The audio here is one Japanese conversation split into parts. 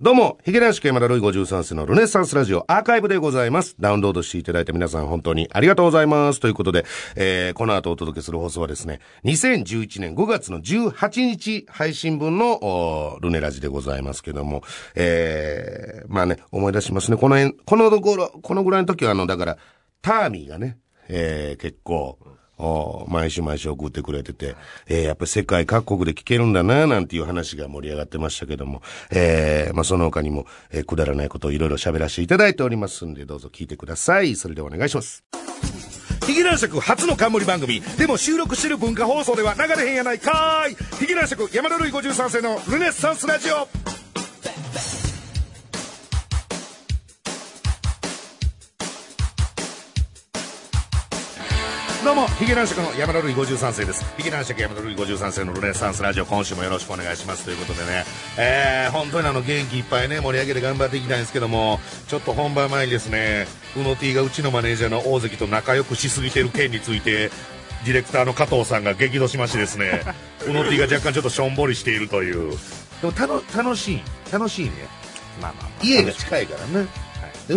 どうも、ヒゲ男子山田ルイ53世のルネッサンスラジオアーカイブでございます。ダウンロードしていただいた皆さん本当にありがとうございます。ということで、この後お届けする放送はですね、2011年5月の18日配信分のルネラジでございますけども、まあね、思い出しますね。このぐらいの時はだから、ターミーがね、結構、毎週送ってくれてて、やっぱり世界各国で聞けるんだななんていう話が盛り上がってましたけども、まあその他にも、くだらないことをいろいろ喋らせていただいておりますんで、どうぞ聞いてください。それではお願いします。ヒゲ男爵初の冠番組でも収録してる文化放送では流れへんやないかーい。ヒゲ男爵山田ルイ53世のルネッサンスラジオ。どうも、ヒゲ男爵の山田ルイ53世です。ヒゲ男爵山田ルイ53世のルネッサンスラジオ、今週もよろしくお願いしますということでね、本当に元気いっぱいね、盛り上げて頑張っていきたいんですけども、ちょっと本番前にですね、うの T がうちのマネージャーの大関と仲良くしすぎてる件について、ディレクターの加藤さんが激怒しましてですね、うの T が若干ちょっとしょんぼりしているという。でも楽しいね。まあ、家が近いからね。はい、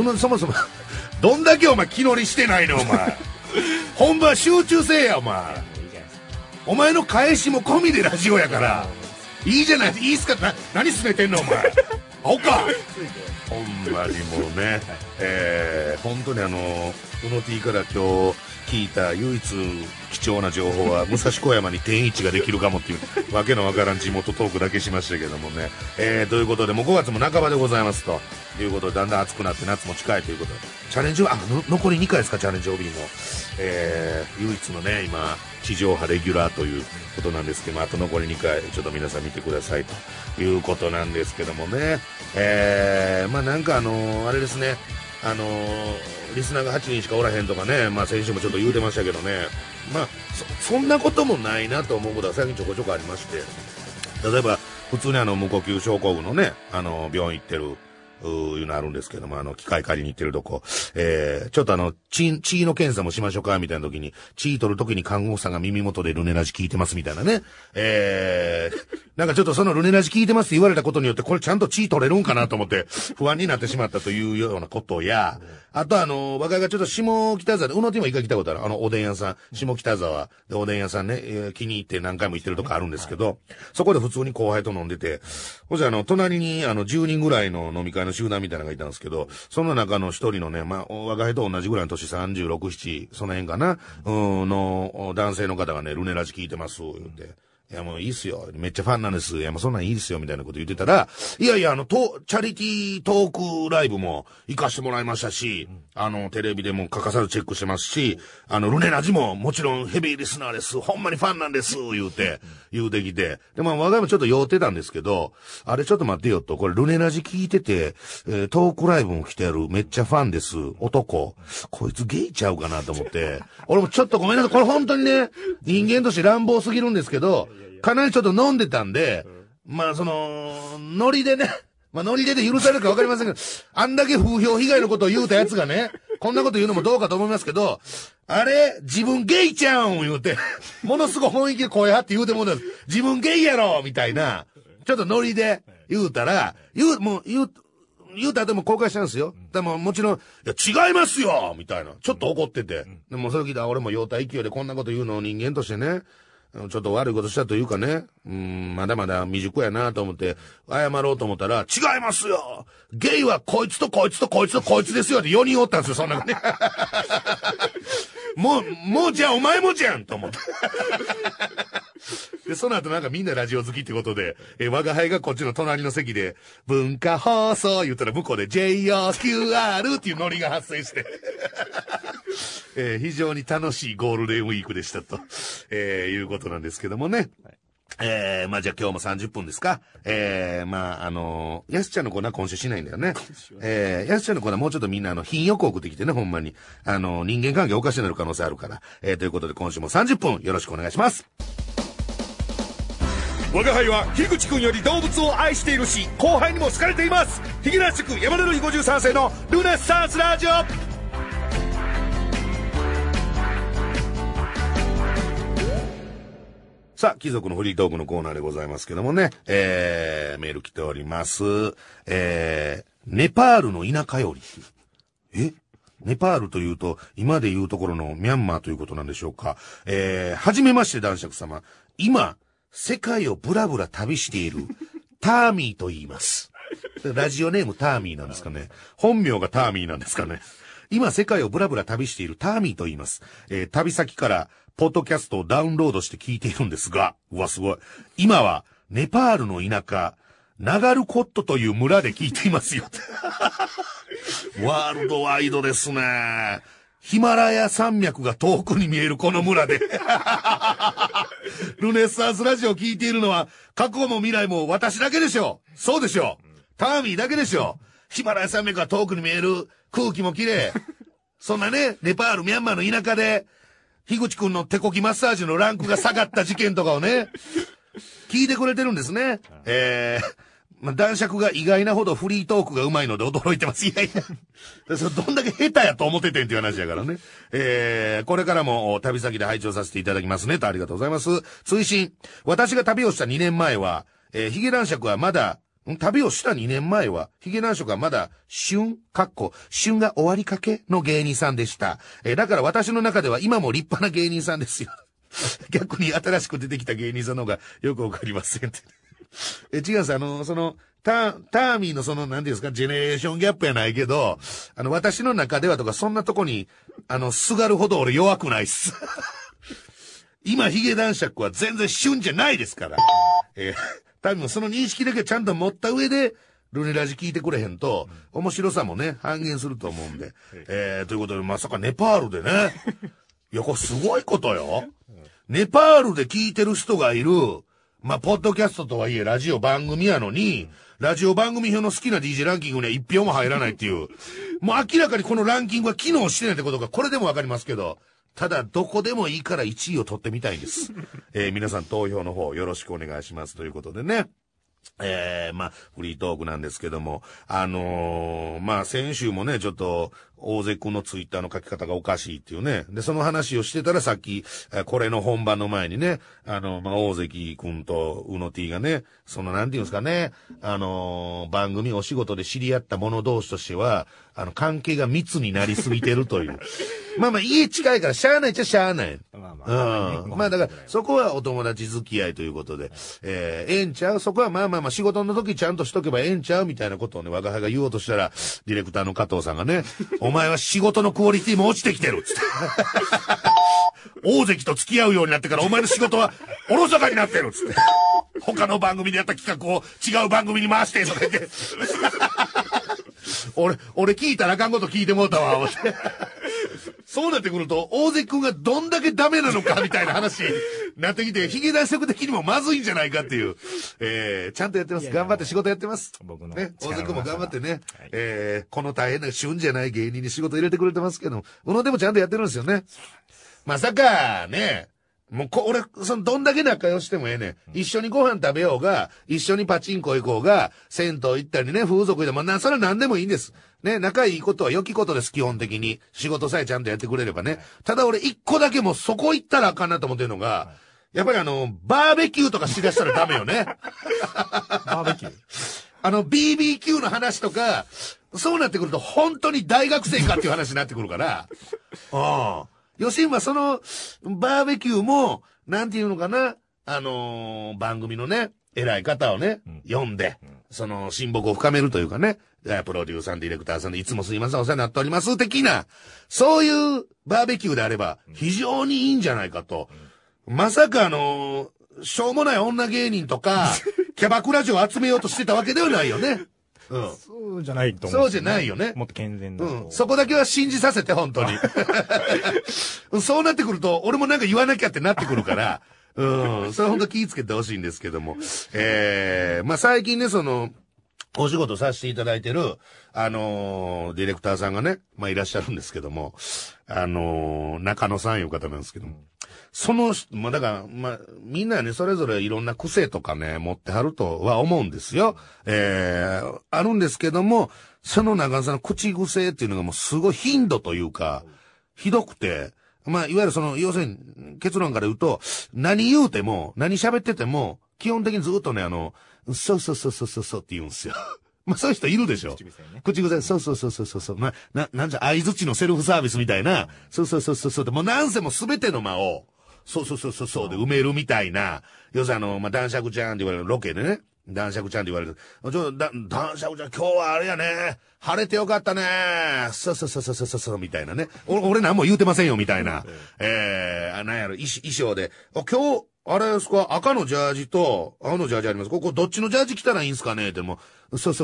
でそもそも、どんだけお前気乗りしてないのお前。本番集中せえやお前。お前の返しも込みでラジオやからいいじゃない。いいっすか。何すねてんのお前。アホか。ほんまにもうね、本当にうの T から今日聞いた唯一貴重な情報は武蔵小山に天一ができるかもっていうわけのわからん地元トークだけしましたけどもね、ということでもう5月も半ばでございますということで、だんだん暑くなって夏も近いということで、チャレンジ残り2回ですか、チャレンジ OB も、唯一のね今地上波レギュラーということなんですけども、あと残り2回ちょっと皆さん見てくださいということなんですけどもね、まあなんかあれですね、リスナーが8人しかおらへんとかね、まあ先週もちょっと言うてましたけどね、まあそんなこともないなと思うことは最近ちょこちょこありまして、例えば普通に無呼吸症候群のね病院行ってるいうのあるんですけども、機械借りに行ってるとこ、ちょっと血の検査もしましょうかみたいな時に、血取る時に看護師さんが耳元でルネラジ聞いてますみたいなね、なんかちょっとそのルネラジ聞いてますって言われたことによって、これちゃんと血取れるんかなと思って不安になってしまったというようなことや、あと若いがちょっと下北沢で、うの T も一回来たことある、おでん屋さん、下北沢でおでん屋さんね、気に入って何回も行ってるとこあるんですけど、そこで普通に後輩と飲んでて、ほじゃ隣に10人ぐらいの飲み会の集団みたいなのがいたんですけど、その中の一人のね、まあ、若いと同じぐらいの年36、7、その辺かな、の男性の方がね、ルネラジ聞いてます、言って。いやもういいっすよ。めっちゃファンなんです。いやもうそんなんいいっすよ。みたいなこと言ってたら、いやいやチャリティートークライブも行かしてもらいましたし、テレビでも欠かさずチェックしてますし、ルネラジももちろんヘビーリスナーです。ほんまにファンなんです。言うてきて。で、まあ我が家もちょっと酔ってたんですけど、あれちょっと待ってよと、これルネラジ聞いてて、トークライブも来てやる。めっちゃファンです。男。こいつゲイちゃうかなと思って。俺もちょっとごめんなさい。これ本当にね、人間として乱暴すぎるんですけど、かなりちょっと飲んでたんで、まあノリでね、まあノリで許されるかわかりませんけど、あんだけ風評被害のことを言うたやつがね、こんなこと言うのもどうかと思いますけど、あれ、自分ゲイちゃうん言うて、ものすごい本意気で声張って言うてもんです。自分ゲイやろみたいな、ちょっとノリで言うたら、言うた後も公開したんですよ。でももちろん、いや違いますよみたいな。ちょっと怒ってて。でもそれ聞いたら俺も酔った勢いでこんなこと言うのを人間としてね、ちょっと悪いことしたというかね、まだまだ未熟やなと思って、謝ろうと思ったら、違いますよゲイはこいつとこいつとこいつとこいつですよって4人おったんですよ、そんなのね。もうじゃあお前もじゃんと思って。で、その後なんかみんなラジオ好きってことで、我が輩がこっちの隣の席で、文化放送言ったら向こうで JOQR っていうノリが発生して、非常に楽しいゴールデンウィークでしたと、いうことなんですけどもね。まあじゃあ今日も30分ですか。まあやすちゃんのコーナー今週しないんだよね。やすちゃんのコーナーもうちょっとみんな品よく送ってきてね、ほんまに。人間関係おかしくなる可能性あるから。ということで今週も30分よろしくお願いします。我が輩は樋口くんより動物を愛しているし、後輩にも好かれています。ヒゲ男爵山田ルイ53世のルネッサンスラジオ。ささあ、貴族のフリートークのコーナーでございますけどもね、メール来ております。ネパールの田舎より。ネパールというと、今でいうところのミャンマーということなんでしょうか。はじめまして男爵様。今、世界をブラブラ旅している、ターミーと言います。ラジオネームターミーなんですかね。本名がターミーなんですかね。今、世界をブラブラ旅しているターミーと言います。旅先から、ポッドキャストをダウンロードして聞いているんですが、うわ、すごい。今は、ネパールの田舎、ナガルコットという村で聞いていますよ。ワールドワイドですね。ヒマラヤ山脈が遠くに見えるこの村で。ルネッサンスラジオを聞いているのは、過去も未来も私だけでしょう。そうでしょう。ターミーだけでしょう。ヒマラヤ山脈が遠くに見える、空気も綺麗。そんなね、ネパール、ミャンマーの田舎で、樋口くんの手こきマッサージのランクが下がった事件とかをね、聞いてくれてるんですね。男爵が意外なほどフリートークが上手いので驚いてます。いやいや、それどんだけ下手やと思っててんっていう話やからね。これからも旅先で拝聴させていただきますねとありがとうございます。追伸。私が旅をした2年前は、ヒゲ男爵はまだ、旅をした2年前は、ヒゲ男爵はまだ、旬が終わりかけの芸人さんでした。だから私の中では今も立派な芸人さんですよ。逆に新しく出てきた芸人さんの方がよくわかりませんって。違うんです。ターミーのなんていうんですか、ジェネレーションギャップやないけど、私の中ではとか、そんなとこに、すがるほど俺弱くないっす。今、ヒゲ男爵は全然旬じゃないですから。多分その認識だけちゃんと持った上で、ルネラジ聞いてくれへんと、面白さもね、半減すると思うんで。ということで、まさかネパールでね。いや、これすごいことよ。ネパールで聞いてる人がいる、まあ、ポッドキャストとはいえラジオ番組やのに、ラジオ番組表の好きな DJ ランキングには一票も入らないっていう。もう明らかにこのランキングは機能してないってことがこれでもわかりますけど、ただどこでもいいから1位を取ってみたいんです。皆さん投票の方よろしくお願いしますということでね。まあ、フリートークなんですけども、まあ、先週もね、ちょっと、大関くんのツイッターの書き方がおかしいっていうね。で、その話をしてたらさっき、これの本番の前にね、まあ、大関くんとうの T がね、なんていうんですかね、番組お仕事で知り合った者同士としては、関係が密になりすぎてるという。まあまあ、家近いからしゃあないっちゃしゃあない。まあだから、そこはお友達付き合いということで、えんちゃうそこはまあまあまあ仕事の時ちゃんとしとけばええんちゃうみたいなことをね、我が輩が言おうとしたら、ディレクターの加藤さんがね、お前は仕事のクオリティも落ちてきてるっつって。大関と付き合うようになってからお前の仕事はおろそかになってるっつって。他の番組でやった企画を違う番組に回してとか言って。俺聞いたらあかんこと聞いてもうたわ、思って。そうなってくると、大関くんがどんだけダメなのかみたいな話になってきて、ヒゲ男爵的にもまずいんじゃないかっていう。ちゃんとやってます。頑張って仕事やってます。僕の。ね。大関くんも頑張ってね。はい、この大変な旬じゃない芸人に仕事入れてくれてますけど、うのでもちゃんとやってるんですよね。まさか、ね。もう俺、どんだけ仲良してもええねん。一緒にご飯食べようが、一緒にパチンコ行こうが、銭湯行ったりね、風俗行っても、それは何でもいいんです。ね、仲いいことは良きことです、基本的に。仕事さえちゃんとやってくれればね。ただ俺一個だけもうそこ行ったらあかんなと思ってるのが、やっぱりバーベキューとかしだしたらダメよね。 バーベキュー BBQ の話とか、そうなってくると本当に大学生かっていう話になってくるから、吉村バーベキューも、なんていうのかな、番組のね、偉い方をね、読んで、親睦を深めるというかね、プロデューサー、ディレクターさんでいつもすいません、お世話になっております、的な、そういうバーベキューであれば、非常にいいんじゃないかと。まさかしょうもない女芸人とか、キャバクラ嬢を集めようとしてたわけではないよね。 そうじゃないと思う、 そうじゃないよね。 もっと健全だと。 そこだけは信じさせて、本当に。そうなってくると、俺もなんか言わなきゃってなってくるから、それ本当気ぃつけてほしいんですけども。まあ、最近ね、お仕事させていただいてる、ディレクターさんがね、まあ、いらっしゃるんですけども、中野さんいう方なんですけども、まあ、だから、まあ、みんなね、それぞれいろんな癖とかね、持ってはるとは思うんですよ。あるんですけども、その中野さんの口癖っていうのがもうすごい頻度というか、ひどくて、 まあ、いわゆる要するに、結論から言うと、何言うても、何喋ってても、基本的にずっとね、そうって言うんですよ。まあ、そういう人いるでしょ。口癖、そう。まあ、なんじゃ、相槌のセルフサービスみたいな、そうって、もうなんせも全ての間を、そうで埋めるみたいな、要するにまあ、男爵ちゃんって言われるロケでね、男爵ちゃんって言われる。男爵ちゃん、今日はあれやね。晴れてよかったね。そう、みたいなね。俺何も言うてませんよ、みたいな。なんやろ、衣装で。今日、あれですか、赤のジャージと、青のジャージあります。ここどっちのジャージ着たらいいんすかねってもう、そう、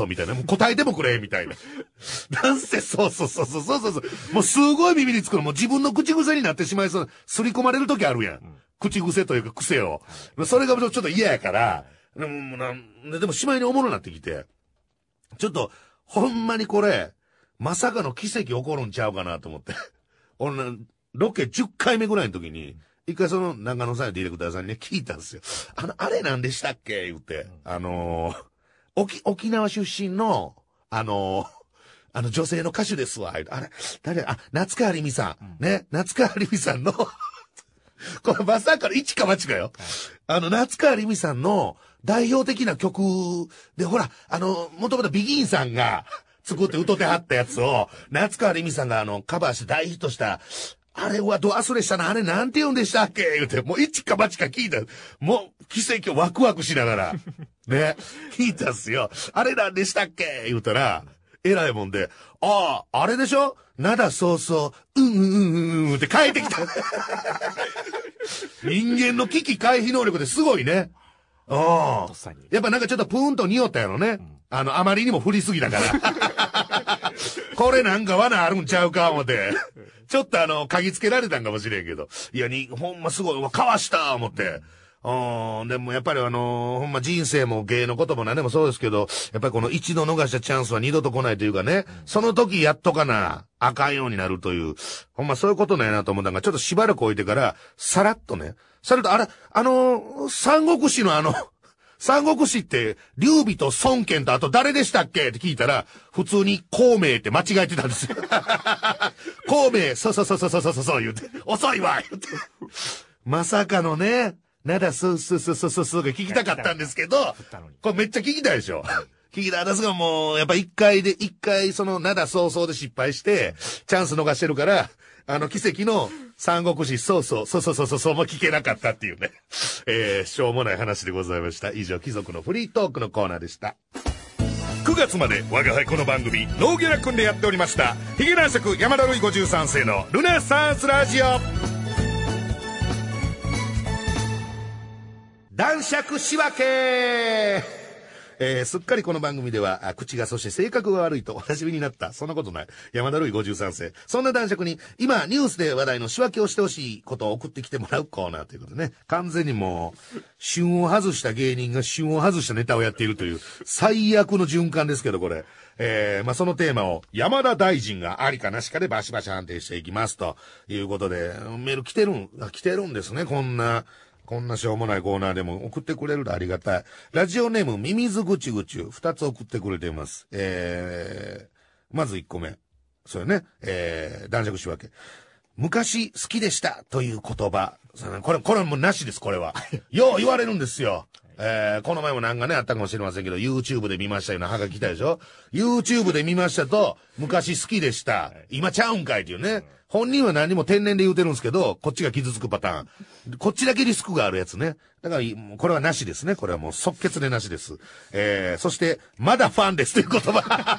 みたいな。もう答えてもくれ、みたいな。なんせ、そう。もうすごい耳につくの。もう自分の口癖になってしまいそう。すり込まれる時あるやん。口癖というか癖を。それがちょっと嫌やから、でもしまいにおもろなってきて、ちょっと、ほんまにこれ、まさかの奇跡起こるんちゃうかなと思って。俺、ロケ10回目ぐらいの時に、一回長野さんのディレクターさんにね、聞いたんですよ。あれなんでしたっけ言って。沖縄出身の、女性の歌手ですわ。夏川りみさん。ね、夏川りみさんの、これまさかの一か八かよ。夏川りみさんの代表的な曲で、ほら、もともとビギンさんが作って歌ってはったやつを、夏川りみさんがカバーして大ヒットした、あれはど忘れしたな、あれなんて言うんでしたっけ言うて、もう一か八か聞いた。もう奇跡をワクワクしながら、ね、聞いたっすよ。あれなんでしたっけ言うたら、偉いもんで、あれでしょうんって帰ってきた。人間の危機回避能力ですごいね。やっぱなんかちょっとプーンと匂ったやろね。あまりにも振りすぎたから。これなんか罠あるんちゃうか思って。ちょっと嗅ぎつけられたんかもしれんけど。いや、ほんますごい、かわした思って。でもやっぱりほんま人生も芸のことも何でもそうですけど、やっぱりこの一度逃したチャンスは二度と来ないというかね、その時やっとかな、あかんようになるという、ほんまそういうことなんやなと思ったのが、ちょっとしばらく置いてから、さらっと、あれ、三国志の三国志って、劉備と孫権とあと誰でしたっけって聞いたら、普通に孔明って間違えてたんですよ。孔明、そう言うて、遅いわ言うて。まさかのね、そうが聞きたかったんですけど、これめっちゃ聞きたいでしょ。聞きたいですがもう、やっぱ一回そうで失敗して、チャンス逃してるから、奇跡の三国志、そうも聞けなかったっていうね。しょうもない話でございました。以上、貴族のフリートークのコーナーでした。9月まで我が輩この番組、ノーギャラ君でやっておりました、ヒゲ男爵山田るい53世のルネサンスラジオ。男爵仕分けすっかりこの番組では、口がそして性格が悪いとおなじみになった。そんなことない。山田るい53世。そんな男爵に、今、ニュースで話題の仕分けをしてほしいことを送ってきてもらうコーナーということでね。完全にもう、旬を外した芸人が旬を外したネタをやっているという、最悪の循環ですけど、これ。まあ、そのテーマを、山田大臣がありかなしかでバシバシ判定していきます。ということで、メール来てるんですね、こんなしょうもないコーナーでも送ってくれるとありがたい。ラジオネーム、ミミズぐちぐち、2つ送ってくれています。まず1個目。それね、男爵仕分け。昔好きでしたという言葉。これもうなしです、これは。よう言われるんですよ。この前もなんかね、あったかもしれませんけど、YouTube で見ましたようなハガキ来たでしょ ?YouTube で見ましたと、昔好きでした。今ちゃうんかいっていうね。本人は何も天然で言うてるんですけど、こっちが傷つくパターン。こっちだけリスクがあるやつね。だから、これはなしですね。これはもう即決でなしです。そして、まだファンですという言葉。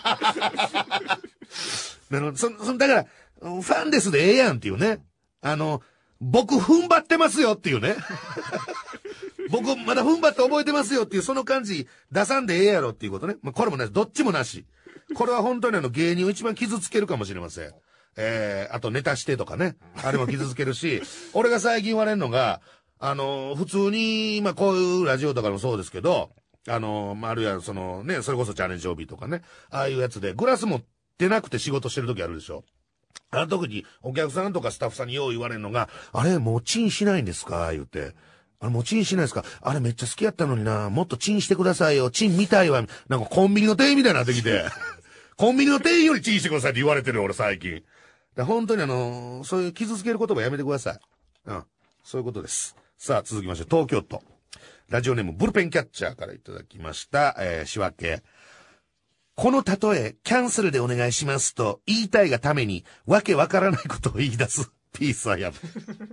だから、ファンですでええやんっていうね。僕踏ん張ってますよっていうね。僕まだ踏ん張って覚えてますよっていうその感じ出さんでええやろっていうことね。まあ、これもね、どっちもなし。これは本当に芸人を一番傷つけるかもしれません。あとネタしてとかね。あれも傷つけるし、俺が最近言われるのが、普通に、まあ、こういうラジオとかもそうですけど、あるいはそのね、それこそチャレンジオービーとかね、ああいうやつでグラス持ってなくて仕事してる時あるでしょ。あの時にお客さんとかスタッフさんによう言われるのが、あれもうチンしないんですか言って。もうチンしないですかあれめっちゃ好きやったのにな。もっとチンしてくださいよ。チンみたいわ。なんかコンビニの店員みたいになってきて。コンビニの店員よりチンしてくださいって言われてる俺最近。 本当にそういう傷つける言葉やめてください。うん。そういうことです。さあ、続きまして、東京都。ラジオネーム、ブルペンキャッチャーからいただきました。仕分け。この例え、キャンセルでお願いしますと言いたいがために、わけわからないことを言い出す。ピースはやむ。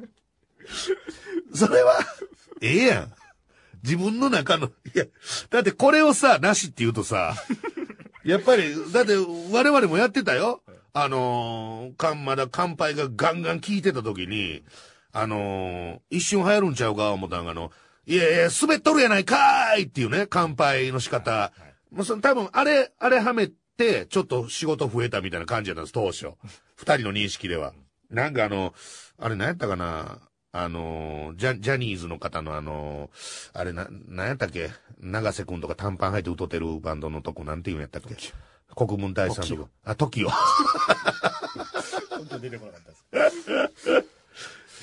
それは、ええやん。自分の中の、いや、だってこれをさ、なしって言うとさ、やっぱり、だって我々もやってたよ。まだ乾杯がガンガン効いてた時に、一瞬流行るんちゃうか思ったんがいやいや、滑っとるやないかーいっていうね、乾杯の仕方。もう多分、あれはめて、ちょっと仕事増えたみたいな感じだったんです、当初。二人の認識では。なんかあれ何やったかなジャニーズの方のあれ何やったっけ長瀬くんとか短パン履いて歌ってるバンドのとこなんていうんやったっけ国分太一さんとか。TOKIO。 本当出てこなかったです。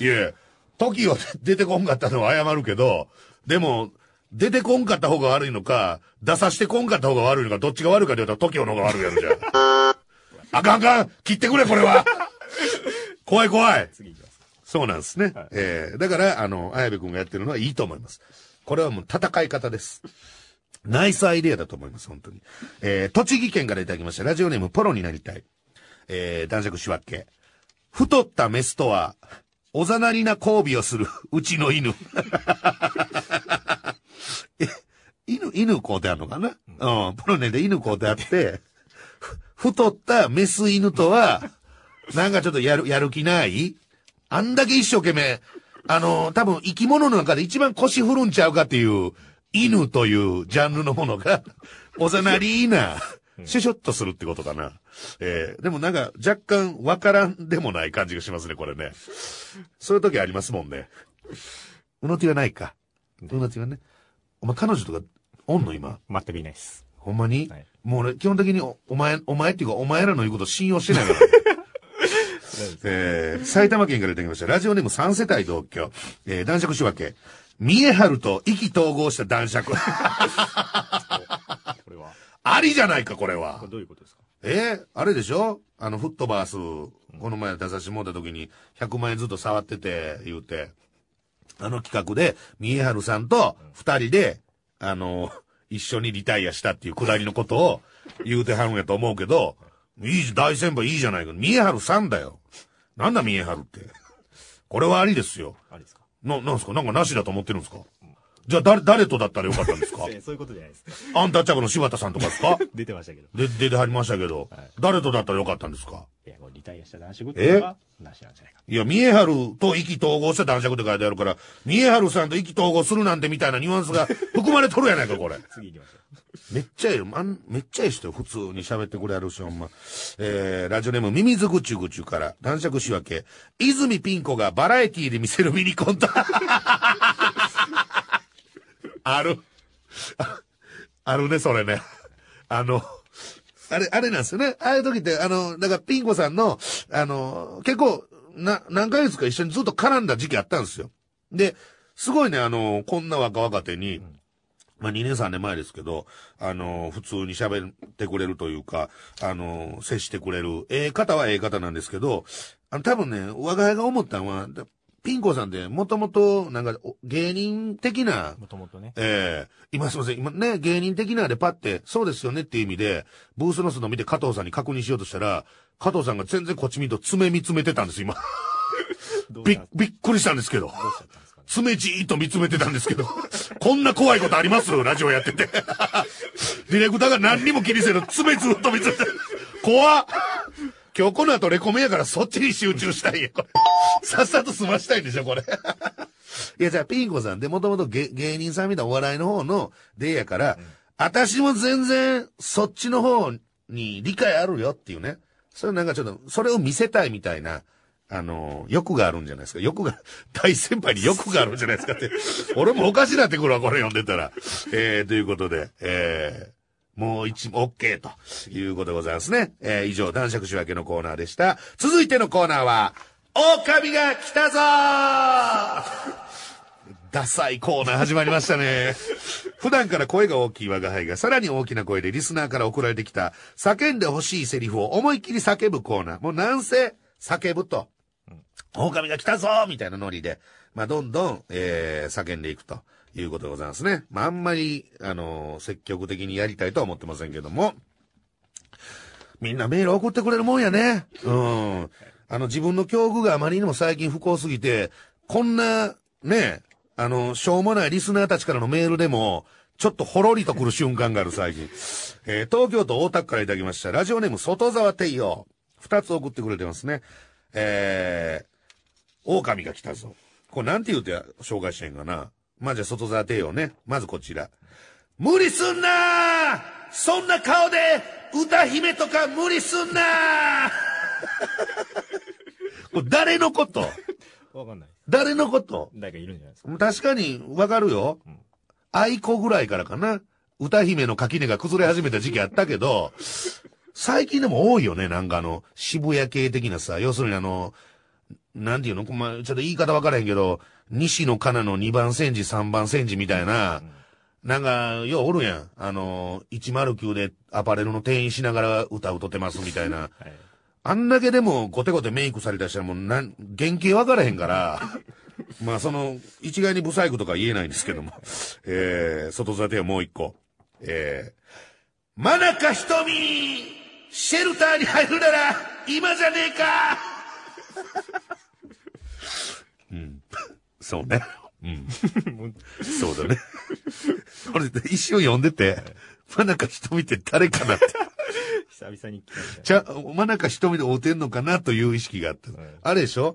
いや、TOKIO出てこんかったのは謝るけど、でも、出てこんかった方が悪いのか、出さしてこんかった方が悪いのか、どっちが悪いかで言うと TOKIO の方が悪いやろじゃん。あかん切ってくれこれは怖い次行きます。 そうなんですね。はい、だから、綾部くんがやってるのはいいと思います。これはもう戦い方です。ナイスアイデアだと思います、本当に。栃木県からいただきました。ラジオネームポロになりたい。男爵仕分け。太ったメスとは、おざなりな交尾をする、うちの犬。犬こうてあるのかな、うん、ポロネで犬こうてあって、太ったメス犬とは、なんかちょっとやる気ないあんだけ一生懸命、多分生き物の中で一番腰振るんちゃうかっていう、犬というジャンルのものが、おざなりな、シュシュッとするってことかな。でもなんか若干わからんでもない感じがしますね、これね。そういう時ありますもんね。うの手はないか。うの手はね。お前彼女とかおんの今。 全くいないです。 ほんまに、 はい、 もう俺基本的にお前っていうかお前らの言うこと信用してないから。埼玉県からいただきました。ラジオネーム3世帯同居。男爵仕分け。三重春と意気投合した男爵。これはありじゃないか、これは。 これどういうことですか？ あれでしょフットバース、この前出させてもらった時に100万円ずっと触ってて、言うて。企画で、三重春さんと二人で、一緒にリタイアしたっていうくだりのことを言うてはるんやと思うけど、大先輩いいじゃないか。三重春さんだよ。なんだ三重春って。これはありですよ。 ありですか？ なんすか？なんかなしだと思ってるんですか？じゃあ誰とだったらよかったんですか？ そういうことじゃないです。 アンタッチャブルの柴田さんとかですか？ 出てましたけど。 出てはりましたけど、 はい、 誰とだったらよかったんですか？ いや、これリタイアした男爵っていうのはなしなんじゃないか。 いや、三重春と意気投合した男爵って書いてあるから、三重春さんと意気投合するなんてみたいなニュアンスが含まれとるやないか、これ。 次行きましょう。 めっちゃいい、めっちゃいい人よ、普通に喋ってくれるし、ほんま。ラジオネーム、ミミズぐちゅぐちゅから、男爵仕分け、泉ピン子がバラエティで見せるミニコント。あるね、それね。あれなんですよね。ああいう時って、だからピン子さんの、結構、何ヶ月か一緒にずっと絡んだ時期あったんですよ。で、すごいね、こんな若手に、まあ、2年3年前ですけど、普通に喋ってくれるというか、接してくれる、方は方なんですけど、多分ね、我が家が思ったのは、ピン子さんってもともと、なんか、芸人的な、 もともとね。 今すいません、今ね、芸人的なでパって、そうですよねっていう意味で、ブースの外見て加藤さんに確認しようとしたら、加藤さんが全然こっち見ると爪見つめてたんです、今。びっくりしたんですけど。爪じーっと見つめてたんですけど、こんな怖いことありますラジオやってて。ディレクターが何にも気にせず爪ずっと見つめて、怖っ今日この後レコメやからそっちに集中したいよ、これ。さっさと済ましたいんでしょ、これ。いや、じゃあ、ピン子さんでもともと芸人さんみたいなお笑いの方のでやから、私も全然そっちの方に理解あるよっていうね。それなんかちょっと、それを見せたいみたいな。欲があるんじゃないですか。大先輩に欲があるんじゃないですかって。俺もおかしなってくるわ、これ読んでたら。ということで、もうOK ということでございますね。以上、男爵仕分けのコーナーでした。続いてのコーナーは、狼が来たぞーダサいコーナー始まりましたね。普段から声が大きい我が輩がさらに大きな声でリスナーから送られてきた叫んでほしいセリフを思いっきり叫ぶコーナー。もうなんせ、 叫ぶと。狼が来たぞみたいなノリで、まあ、どんどん、叫んでいくということでございますね。まあ、あんまり、積極的にやりたいとは思ってませんけども。みんなメール送ってくれるもんやね。うん。自分の境遇があまりにも最近不幸すぎて、こんな、ね、しょうもないリスナーたちからのメールでも、ちょっとほろりと来る瞬間がある最近。東京都大田区からいただきました。ラジオネーム外沢帝陽。2つ送ってくれてますね。狼が来たぞ。これなんて言うて紹介してんかな。まあ、じゃあ外沢帝陽ね。まずこちら。無理すんなー、そんな顔で歌姫とか無理すんなーこれ誰のこと？ わかんない。 誰のこと？ 誰かいるんじゃないですか。 確かにわかるよ。愛子ぐらいからかな。歌姫の垣根が崩れ始めた時期あったけど、最近でも多いよね。なんか渋谷系的なさ、要するになんていうの、まあ、ちょっと言い方わからへんけど、西野カナの2番煎じ3番煎じみたいな、なんか、ようおるやん。109でアパレルの店員しながら歌歌ってますみたいな。はい、あんだけでもゴテゴテメイクされた人はもう原型わからへんから、まあ一概にブサイクとか言えないんですけども。外座手はもう一個。真中瞳、シェルターに入るなら、今じゃねえかうん。そうね。うん。そうだね。俺、一瞬読んでて、真中瞳って誰かなって。 久々に聞きました、 真中瞳で会うてんのかなという意識があった。あれでしょ？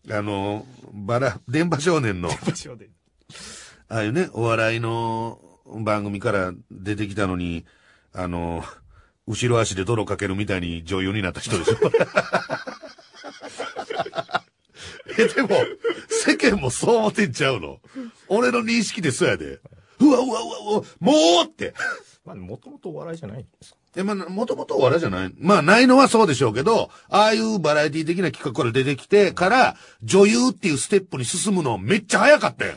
電波少年の。電波少年。ああいうね、お笑いの番組から出てきたのに、後ろ足で泥かけるみたいに女優になった人でしょ？でも、世間もそう思ってんちゃうの？俺の認識でそうやで。うわ、もうって。 まあ、もともとお笑いじゃないんですか？ まあ、もともとお笑いじゃない。まあ、ないのはそうでしょうけど、ああいうバラエティ的な企画から出てきてから、女優っていうステップに進むのめっちゃ早かったよ。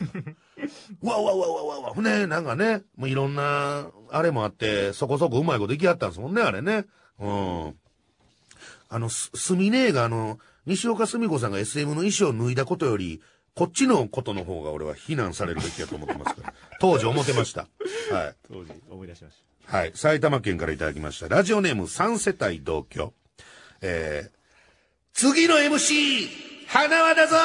ね、なんかね、もういろんな、あれもあって、そこそこうまいこといきやったんですもんね、あれね。うん。すみねえが西岡すみ子さんが SM の衣装を脱いだことより、こっちのことの方が俺は非難されるべきだと思ってますから。当時思ってました。はい。 当時思い出しました。 はい。埼玉県からいただきました。ラジオネーム3世帯同居。次の MC、花輪だぞ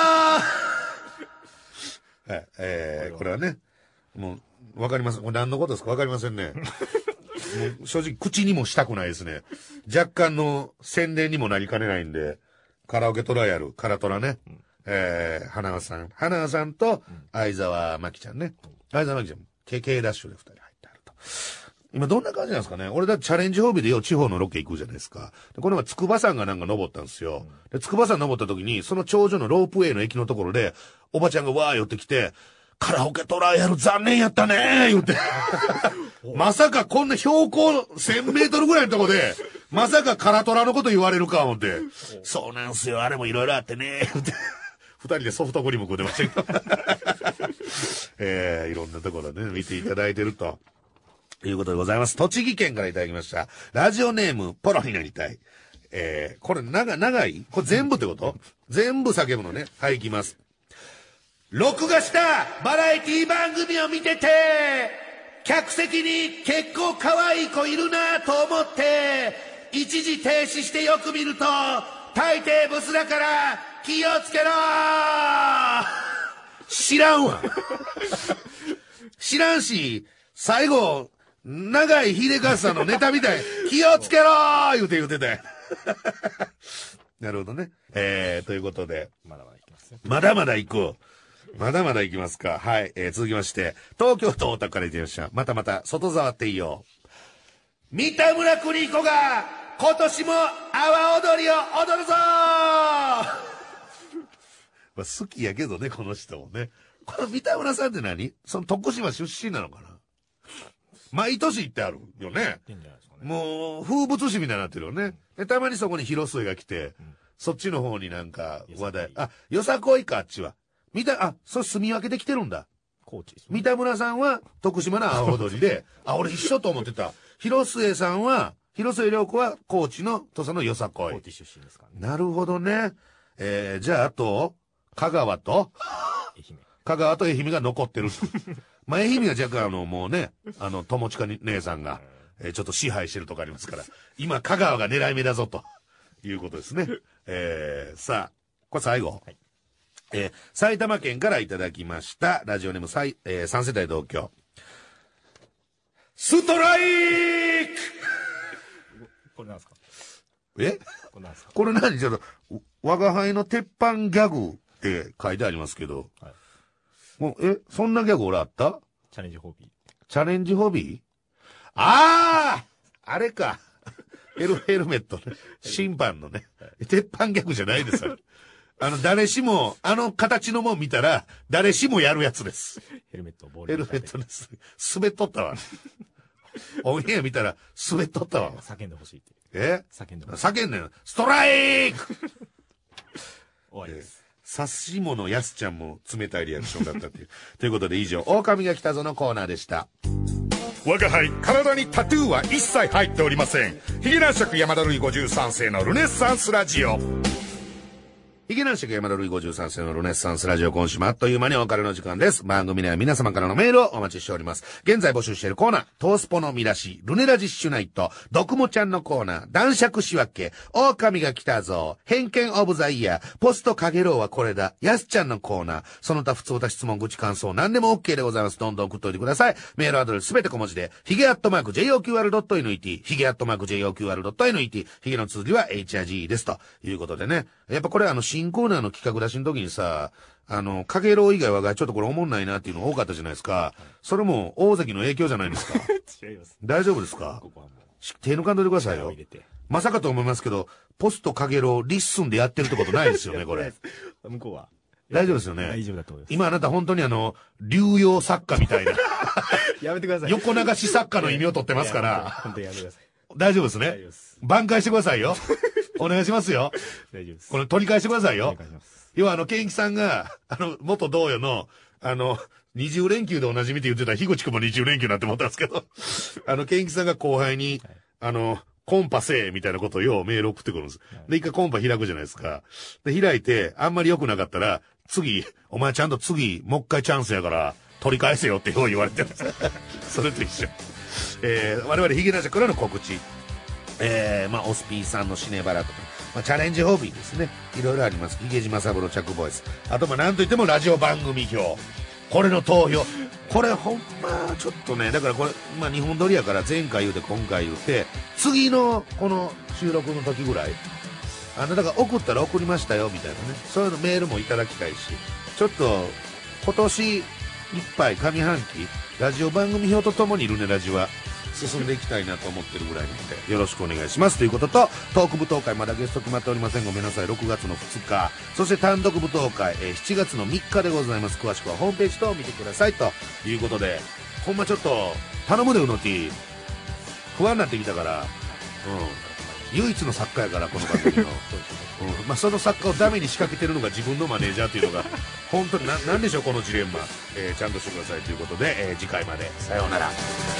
ーはい。これはね、もう、わかります。これ何のことですかわかりませんね。もう正直口にもしたくないですね。若干の宣伝にもなりかねないんで、カラオケトライアル、カラトラね。花輪さんと相沢真紀ちゃんね。相沢真紀ちゃん、K ダッシュで2人入ってあると。今どんな感じなんですかね。俺だってチャレンジホビーでよう地方のロケ行くじゃないですか。でこの前筑波山がなんか登ったんですよ。で筑波山登った時にその頂上のロープウェイの駅のところでおばちゃんがわー寄ってきて、カラオケトライアル残念やったねー言うて。まさかこんな標高1000メートルぐらいのとこで、まさかカラトラのこと言われるか思って。そうなんすよ、あれもいろいろあってねー言うて。二人でソフトクリーム食うてましたけど。いろんなところでね、見ていただいてると。いうことでございます。栃木県からいただきました。ラジオネーム、ポロになりたい。これ長い？これ全部ってこと？全部叫ぶのね。はい、いきます。録画したバラエティ番組を見てて、客席に結構可愛い子いるなと思って、一時停止してよく見ると、大抵ブスだから気をつけろー知らんわ。知らんし、最後、長い秀和さんのネタみたい、気をつけろー言うてた。なるほどね。ということで。 まだまだいきますね。 まだまだ行く。まだまだ行きますか。はい。続きまして、東京都大田区からいただきました。また外沢っていいよ。三田村邦彦が、今年も阿波踊りを踊るぞーまあ好きやけどね、この人もね。この三田村さんって何？その徳島出身なのかな？毎年行ってあるよね。もう、風物詩みたいになってるよね。で、たまにそこに広末が来て、そっちの方になんか話題。あ、よさこいか、あっちは。それ住み分けで来てるんだ。 高知ですね。 三田村さんは徳島の阿波踊りで、俺一緒と思ってた。広末さんは、 広末涼子は高知の土佐のよさこい。 高知出身ですからね。 なるほどね。じゃあ、あと、香川と愛媛が残ってる。まあ、愛媛は若干もうね、友近姉さんが、ちょっと支配してるとかありますから、今、香川が狙い目だぞ、ということですね。さあ、これ最後。はい、埼玉県からいただきました、ラジオネーム3世代同居。ストライクこれなんですか？ これ何ちょっと、我が輩の鉄板ギャグって書いてありますけど、はい、もう、そんなギャグ俺あった？ チャレンジホビー。 チャレンジホビー？あれか。ヘルメットね。審判のね。鉄板ギャグじゃないです。誰しも、形のもん見たら、誰しもやるやつです。 ヘルメットをボール。ヘルメットです。滑っとったわ。オンエア見たら、滑っとったわ。 叫んでほしいって。 叫んでほしい。叫んでよ。ストライク終わりです。 察しものやすちゃんも冷たいリアクションだったっていう。ということで以上、狼が来たぞのコーナーでした。 我が輩、体にタトゥーは一切入っておりません。ヒゲ男爵山田るい53世のルネッサンスラジオ。 ヒゲ男爵山田るい53世のルネッサンスラジオ、今週もあっという間にお別れの時間です。番組では皆様からのメールをお待ちしております。現在募集しているコーナー、トースポの見出し、ルネラジッシュナイト、ドクモちゃんのコーナー、男爵仕分け、狼が来たぞ、偏見オブザイヤー、ポストかげろうはこれだ、やすちゃんのコーナー、その他普通た質問、愚痴感想、何でも OK でございます。どんどん送っといてください。メールアドレスすべて小文字で、ヒゲ@JOQR.net、ヒゲ@JOQR.net、ヒゲの綴りは HIG です。ということでね。やっぱこれ新コーナーの企画出しの時にさ、かげろう以外はちょっとこれ思んないなっていうの多かったじゃないですか。それも大関の影響じゃないですか。 違います。 大丈夫ですか？手抜かんといてくださいよ。まさかと思いますけど、ポストかげろうリッスンでやってるってことないですよね、これ。 向こうは。 大丈夫ですよね。 大丈夫だと思います。 今あなた本当に流用作家みたいな。 やめてください。 横流し作家の意味を取ってますから。 本当にやめてください。 大丈夫ですね。大丈夫です。挽回してくださいよ。お願いしますよ。 大丈夫です。 これ取り返してくださいよ。 お願いします。 要はケンキさんが、元同様の、20連休でおなじみって言ってた樋口くんも20連休なんて思ったんですけど、ケンキさんが後輩に、コンパせえみたいなことをようメール送ってくるんです。で、一回コンパ開くじゃないですか。で、開いて、あんまり良くなかったら、お前ちゃんと次、もう一回チャンスやから、取り返せよってよう言われてるんです。それと一緒。我々ヒゲ男爵からの告知。オスピーさんのシネバラとか、チャレンジホビーですね。いろいろあります。ヒゲ島三郎着ボイス。あと、なんといってもラジオ番組表。これの投票。これほんま、ちょっとね、だからこれ、日本撮りやから前回言うて今回言うて、次のこの収録の時ぐらい、だから送ったら送りましたよ、みたいなね。そういうのメールもいただきたいし、ちょっと、今年いっぱい上半期、ラジオ番組表とともにルネラジは、進んでいきたいなと思ってるぐらいなのでよろしくお願いしますということと、トーク舞踏会まだゲスト決まっておりません。ごめんなさい。6月の2日、そして単独舞踏会、7月の3日でございます。詳しくはホームページと見てくださいということで、ほんまちょっと頼むでうのT、不安になってきたから、唯一の作家やからこの番組のその作家をダメに仕掛けてるのが自分のマネージャーっていうのが本当になんでしょうこのジレンマ、ちゃんとしてくださいということで、次回までさようなら。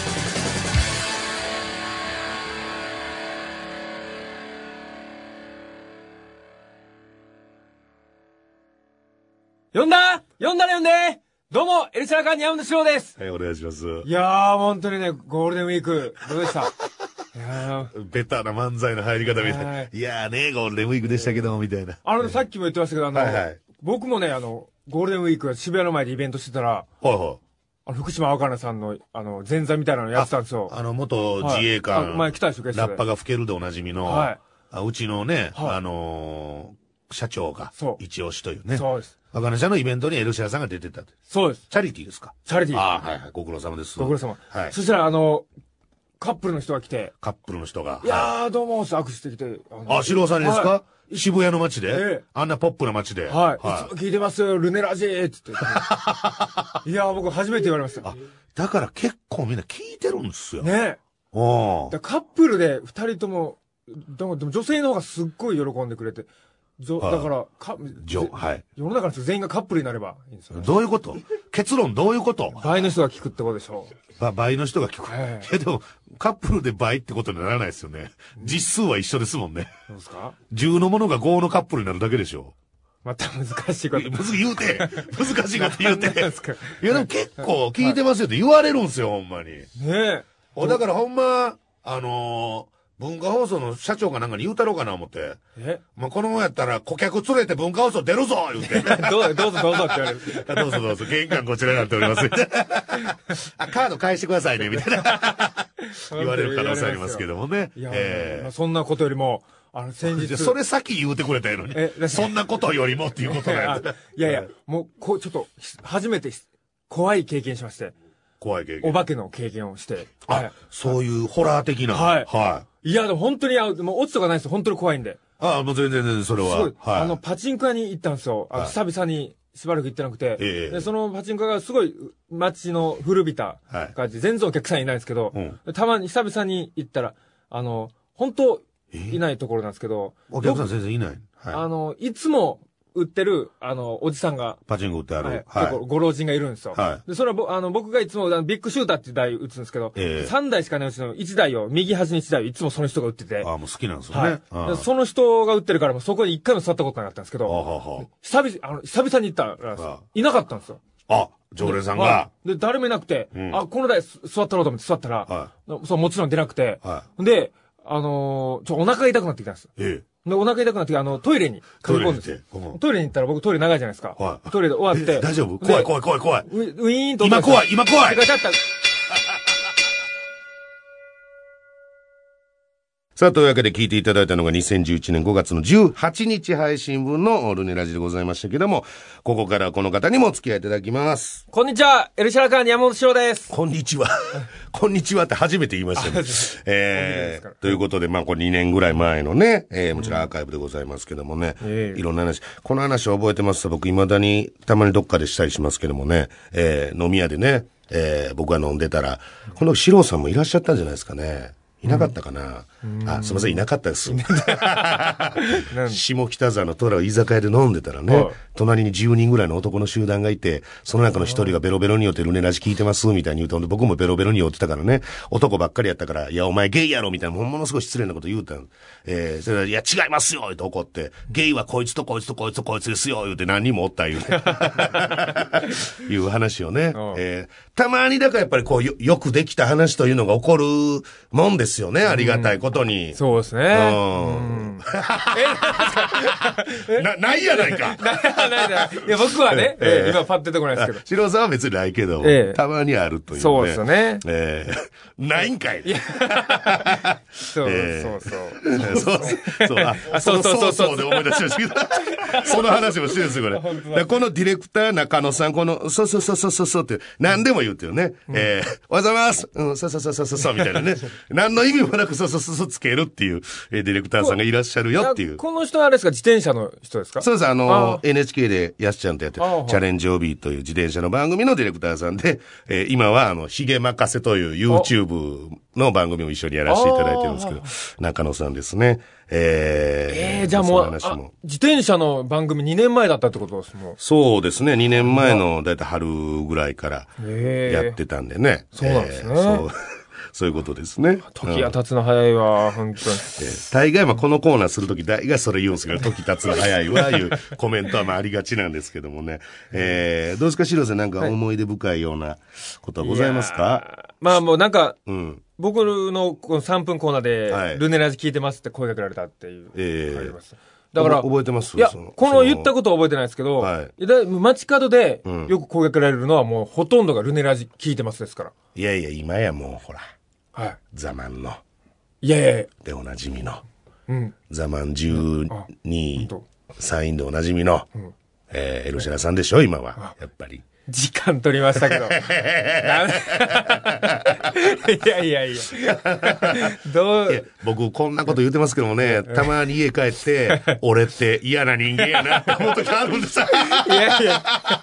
呼んでどうも、エルシャラカンニャムのシローです。 はい、お願いします。 いやー、本当にね、ゴールデンウィーク、どうでしたベタな漫才の入り方みたいな。いやーね、ゴールデンウィークでしたけど、みたいな。 さっきも言ってましたけど、僕もね、ゴールデンウィーク渋谷の前でイベントしてたら、福島若菜さんの、前座みたいなのやってたんですよ。 元自衛官。 前来たでしょ、 ラッパが吹けるでおなじみの、うちのね、社長が、一押しというね。 そうです。 若菜ちゃんのイベントにエルシャラさんが出てた。 そうです。 チャリティーですか？ チャリティー。 はいはい。ご苦労様です。 ご苦労様。 はい。 そしたら、カップルの人が来て。 カップルの人が。 いやー、どうも、握手してきて。 四郎さんにですか？渋谷の街であんなポップな街で。 はい。いつも聞いてますよ、ルネラジーつって。いやー、僕初めて言われました。 だから結構みんな聞いてるんですよ。 ねカップルで二人とも、でも女性の方がすっごい喜んでくれて。 だから、 はい。 世の中の人全員がカップルになればいいんですよ、ね。 どういうこと？結論どういうこと？ 倍の人が聞くってことでしょう。倍の人が聞く。いやでも、カップルで倍ってことにならないですよね。実数は一緒ですもんね。 そうですか ？10のものが5のカップルになるだけでしょ。 また難しいこと。 難しいこと言うて。いやでも結構聞いてますよって言われるんですよ、ほんまに。 ねえ。 だからほんま、文化放送の社長かなんかに言うたろうかな思って。まあ、このままやったら顧客連れて文化放送出るぞ言うて。 どうぞって言われる。 どうぞ、玄関こちらになっております。カード返してくださいね、みたいな。言われる可能性ありますけどもね。 いや、まあ、そんなことよりも、先日。 それ先言うてくれたのに。そんなことよりもっていうことだよ。 いや、もう、ちょっと、初めて怖い経験しまして。 怖い経験。 お化けの経験をして。 そういうホラー的な。 はい。いや、でも本当に、もう落ちとかないですよ。本当に怖いんで。 もう全然、それは。 すごい。パチンコ屋に行ったんですよ。久々にしばらく行ってなくて。で、そのパチンコ屋がすごい街の古びた感じ。全然お客さんいないんですけど、たまに久々に行ったら、本当いないところなんですけど。 お客さん全然いない。 いつも、売ってる、おじさんが。 パチンコ売ってある。 結構、ご老人がいるんですよ。で、それは、僕がいつも、ビッグシューターっていう台打つんですけど、3台しかないうちの1台を、右端に1台をいつもその人が売ってて。 もう好きなんですよね。 その人が売ってるから、もうそこに1回も座ったことなかったんですけど、久々に行ったら、いなかったんですよ。 常連さんが。 で、誰もいなくて、この台座ったろうと思って座ったら、もちろん出なくて、で、お腹痛くなってきたんです。で、お腹痛くなって、トイレに駆け込んで、トイレに行ったら僕トイレ長いじゃないですか。トイレで終わって。 大丈夫？怖い。 ウィーンと。 今怖い。さあ、というわけで聞いていただいたのが2011年5月の18日配信分のルネラジでございましたけども、ここからこの方にもお付き合いいただきます。 こんにちは、エルシャラカーニ山本翔です。 こんにちは。こんにちはって初めて言いましたね。ということで、これ2年ぐらい前のね、もちろんアーカイブでございますけどもね、いろんな話。この話を覚えてますと、僕未だにたまにどっかでしたりしますけどもね、飲み屋でね、僕が飲んでたら、この四郎さんもいらっしゃったんじゃないですかね。いなかったかな、すいません、いなかったです。下北沢のトラ居酒屋で飲んでたらね、隣に10人ぐらいの男の集団がいて、その中の一人がベロベロに酔ってルネラジ聞いてますみたいに言うと、僕もベロベロに酔ってたからね、男ばっかりやったから、いやお前ゲイやろみたいな、ものすごい失礼なこと言うたん。それで、いや違いますよって怒って、ゲイはこいつとこいつとこいつとこいつですよ言うて何人もおった言うて。いう話をね。たまにだからやっぱりこうよくできた話というのが起こるもんですよね、ありがたいことに。 そうですね。 ないやないか。 いや、僕はね、今パッてとこないですけど。 シローさんは別にないけど、たまにあるというね。 そうですよね。 ないんかい。 そう。 そうで思い出しましたけど。その話もしてるんですよ、これ。このディレクター中野さん、この、そうって、何でも言うてるね。おはようございます。そう、みたいなね。何の意味もなく、そうつけるっていう、ディレクターさんがいらっしゃるよっていう。 この人はあれですか、自転車の人ですか？ そうです、NHK でやすちゃんとやってる、チャレンジオビーという自転車の番組のディレクターさんで、今はヒゲ任せという YouTube の番組を一緒にやらせていただいてるんですけど、中野さんですね。 じゃあもう、自転車の番組2年前だったってことですもん。 そうですね、2年前のだいたい春ぐらいからやってたんでね。 そうなんですね。 そういうことですね。 時が経つの早いわ、本当に。 大概このコーナーするとき大概それ言うんですけど、時経つの早いわ、いうコメントはありがちなんですけどもね。どうですか、シロさん、なんか思い出深いようなことはございますか？ もうなんか、僕のこの3分コーナーで、ルネラジ聞いてますって声かけられたっていう。あります。だから、 覚えてます？ いや、この言ったことは覚えてないですけど、街角でよく声かけられるのはもうほとんどがルネラジ聞いてますですから。 いや、今やもうほら。ザマンの。 いや。 でおなじみの。ザマン12、3員でおなじみの、エルシャラさんでしょ、今は。やっぱり。 時間取りましたけど。いや。 僕こんなこと言ってますけどもね、たまに家帰って、俺って嫌な人間やなって思う時あるんですよ。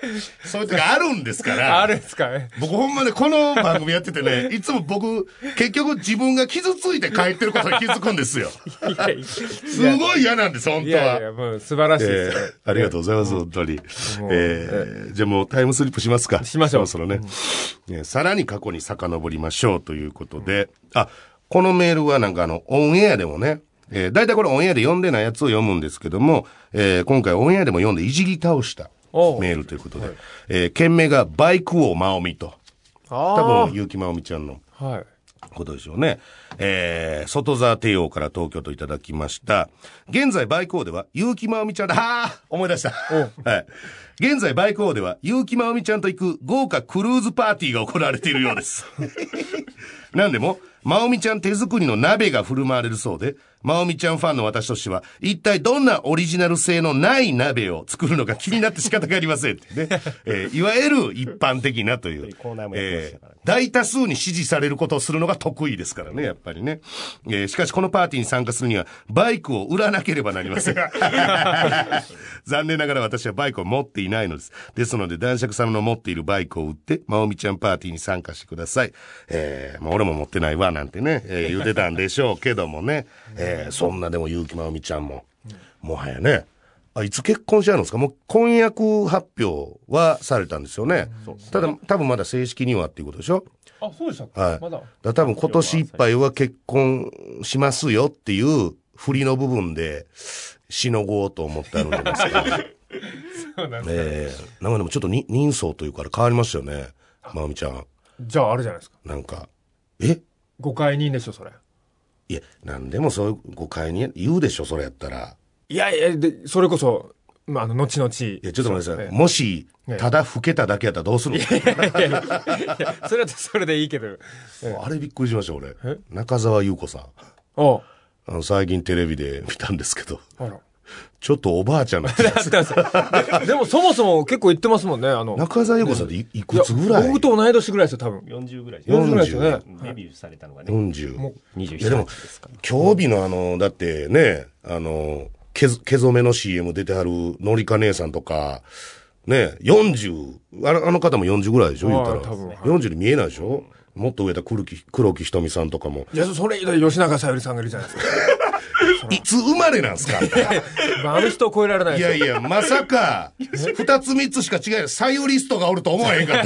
そういう時あるんですから。 あるんですかね。 僕ほんまね、この番組やっててね、いつも僕、結局自分が傷ついて帰ってることに気づくんですよ。すごい嫌なんです、本当は。 いやいや、もう素晴らしいですね。 ありがとうございます、本当に。じゃあもうタイムスリップしますか。 しましょう。 そろそろね。さらに過去に遡りましょうということで、このメールはなんかオンエアでもね、だいたいこれオンエアで読んでないやつを読むんですけども、今回オンエアでも読んでいじり倒したメールということで、件名がバイク王まおみと。多分、結城まおみちゃんのことでしょうね。外沢帝王から東京といただきました。現在バイク王では結城まおみちゃん思い出した。はい。現在バイク王では結城まおみちゃんと行く豪華クルーズパーティーが行われているようです。なんでも、まおみちゃん手作りの鍋が振る舞われるそうで、まおみちゃんファンの私としては、一体どんなオリジナル性のない鍋を作るのか気になって仕方がありませんってね。いわゆる一般的なという、大多数に支持されることをするのが得意ですからね、やっぱりね。しかしこのパーティーに参加するには、バイクを売らなければなりません。残念ながら私はバイクを持っていないのです。ですので、男爵さんの持っているバイクを売って、まおみちゃんパーティーに参加してください。俺も持ってないわ、なんてね、言うてたんでしょうけどもね。そんなでも結城まおみちゃんも、もはやね、いつ結婚しちゃうんですか？もう婚約発表はされたんですよね。ただ、多分まだ正式にはっていうことでしょ？ そうでしたっけ？ はい。 まだ。 多分今年いっぱいは結婚しますよっていう振りの部分で、しのごうと思ってあるんですけど。 そうなんですか。 なんかでもちょっと人相というから変わりましたよね。まおみちゃん。 じゃああるじゃないですか。 なんか、 誤解人でしょ、それ。 いや、なんでもそういう誤解に言うでしょ、それやったら。 いやいや、それこそ、後々。いや、ちょっと待ってください。もし、ただ老けただけやったらどうするの？ いや、それはそれでいいけど。 あれびっくりしました、俺。中澤優子さん。最近テレビで見たんですけど。ちょっとおばあちゃんになってます。 でもそもそも結構言ってますもんね。 中澤優子さんっていくつぐらい？ 僕と同い年ぐらいですよ、多分。 40ぐらい。 40ぐらいですよね。 デビューされたのがね。 40。 もう27 でもですか。 競技のだってね、毛染めの CM 出てはるのりか姉さんとか、ね、40、あの方も40ぐらいでしょ、言うたら。40に見えないでしょ？もっと上だ黒木ひとみさんとかも。 いや、それ、吉永小百合さんがいるじゃないですか。 いつ生まれなんすか？ あの人を超えられないですよ。 いやいや、まさか、二つ三つしか違うサイオリストがおると思わへんかった。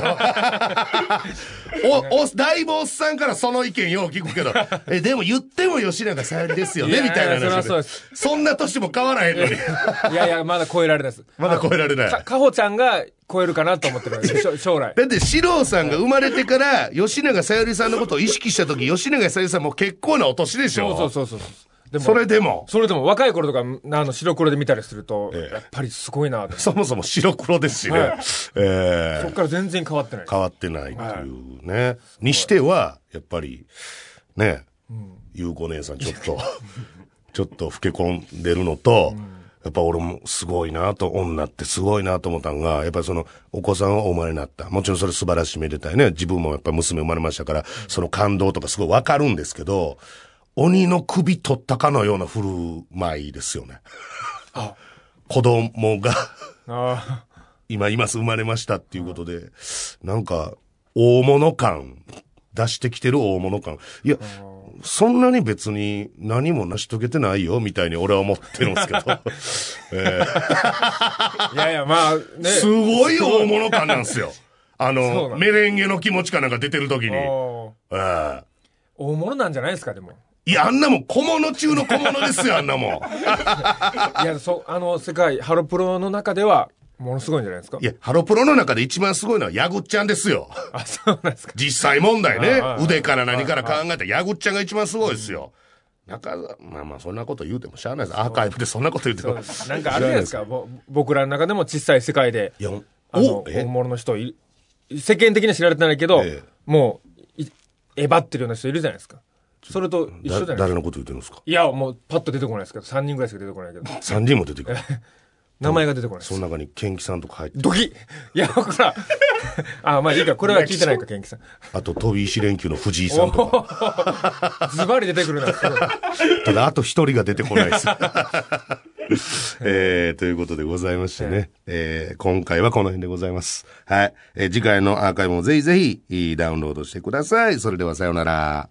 だいぶおっさんからその意見よう聞くけど、でも言っても吉永小百合ですよね、みたいな話で。そんな年も変わらへんのに。 いやいや、まだ超えられないです。 まだ超えられない。 かほちゃんが超えるかなと思ってる将来。 だって、四郎さんが生まれてから、吉永小百合さんのことを意識したとき、吉永小百合さんも結構なお年でしょ？ そう。 それでも若い頃とか白黒で見たりすると、やっぱりすごいなと。 そもそも白黒ですしね。 そっから全然変わってない。 変わってないっていうね。にしては、やっぱり、ね、ゆうこ姉さんちょっと老け込んでるのと、やっぱ俺もすごいなと、女ってすごいなと思ったのが、やっぱりお子さんをお生まれになった。もちろんそれ素晴らしいめでたいね。自分もやっぱり娘生まれましたから、その感動とかすごいわかるんですけど、鬼の首取ったかのような振る舞いですよね。子供が今生まれましたっていうことで、なんか、大物感、出してきてる大物感。いや、そんなに別に何も成し遂げてないよ、みたいに俺は思ってるんですけど。 いやいや、まあね。 すごい大物感なんですよ。メレンゲの気持ちかなんか出てる時に。 大物なんじゃないですか、でも。 いや、あんなもん小物中の小物ですよ、あんなもん。 いや、世界、ハロプロの中では、ものすごいんじゃないですか。 いや、ハロプロの中で一番すごいのはヤグっちゃんですよ。 そうなんですか。 実際問題ね。腕から何から考えたヤグっちゃんが一番すごいですよ。まあ、そんなこと言うてもしゃあないです。アーカイブでそんなこと言うても。 なんかあるじゃないですか。僕らの中でも小さい世界で、大物の人世間的には知られてないけど、もう、えばってるような人いるじゃないですか。それと一緒じゃないですか。 誰のこと言ってるんですか？ いや、もうパッと出てこないですけど、3人ぐらいしか出てこないけど。 3人も出てくる。 名前が出てこないです。 その中にケンキさんとか入ってる。 ドキいや、ほら。まあいいか、これは聞いてないか、ケンキさん。 あと、飛び石連休の藤井さんとか。 ズバリ出てくるな。 ただ、あと一人が出てこないです。 ということでございましてね、今回はこの辺でございます。はい。次回のアーカイブもぜひぜひダウンロードしてください。それではさようなら。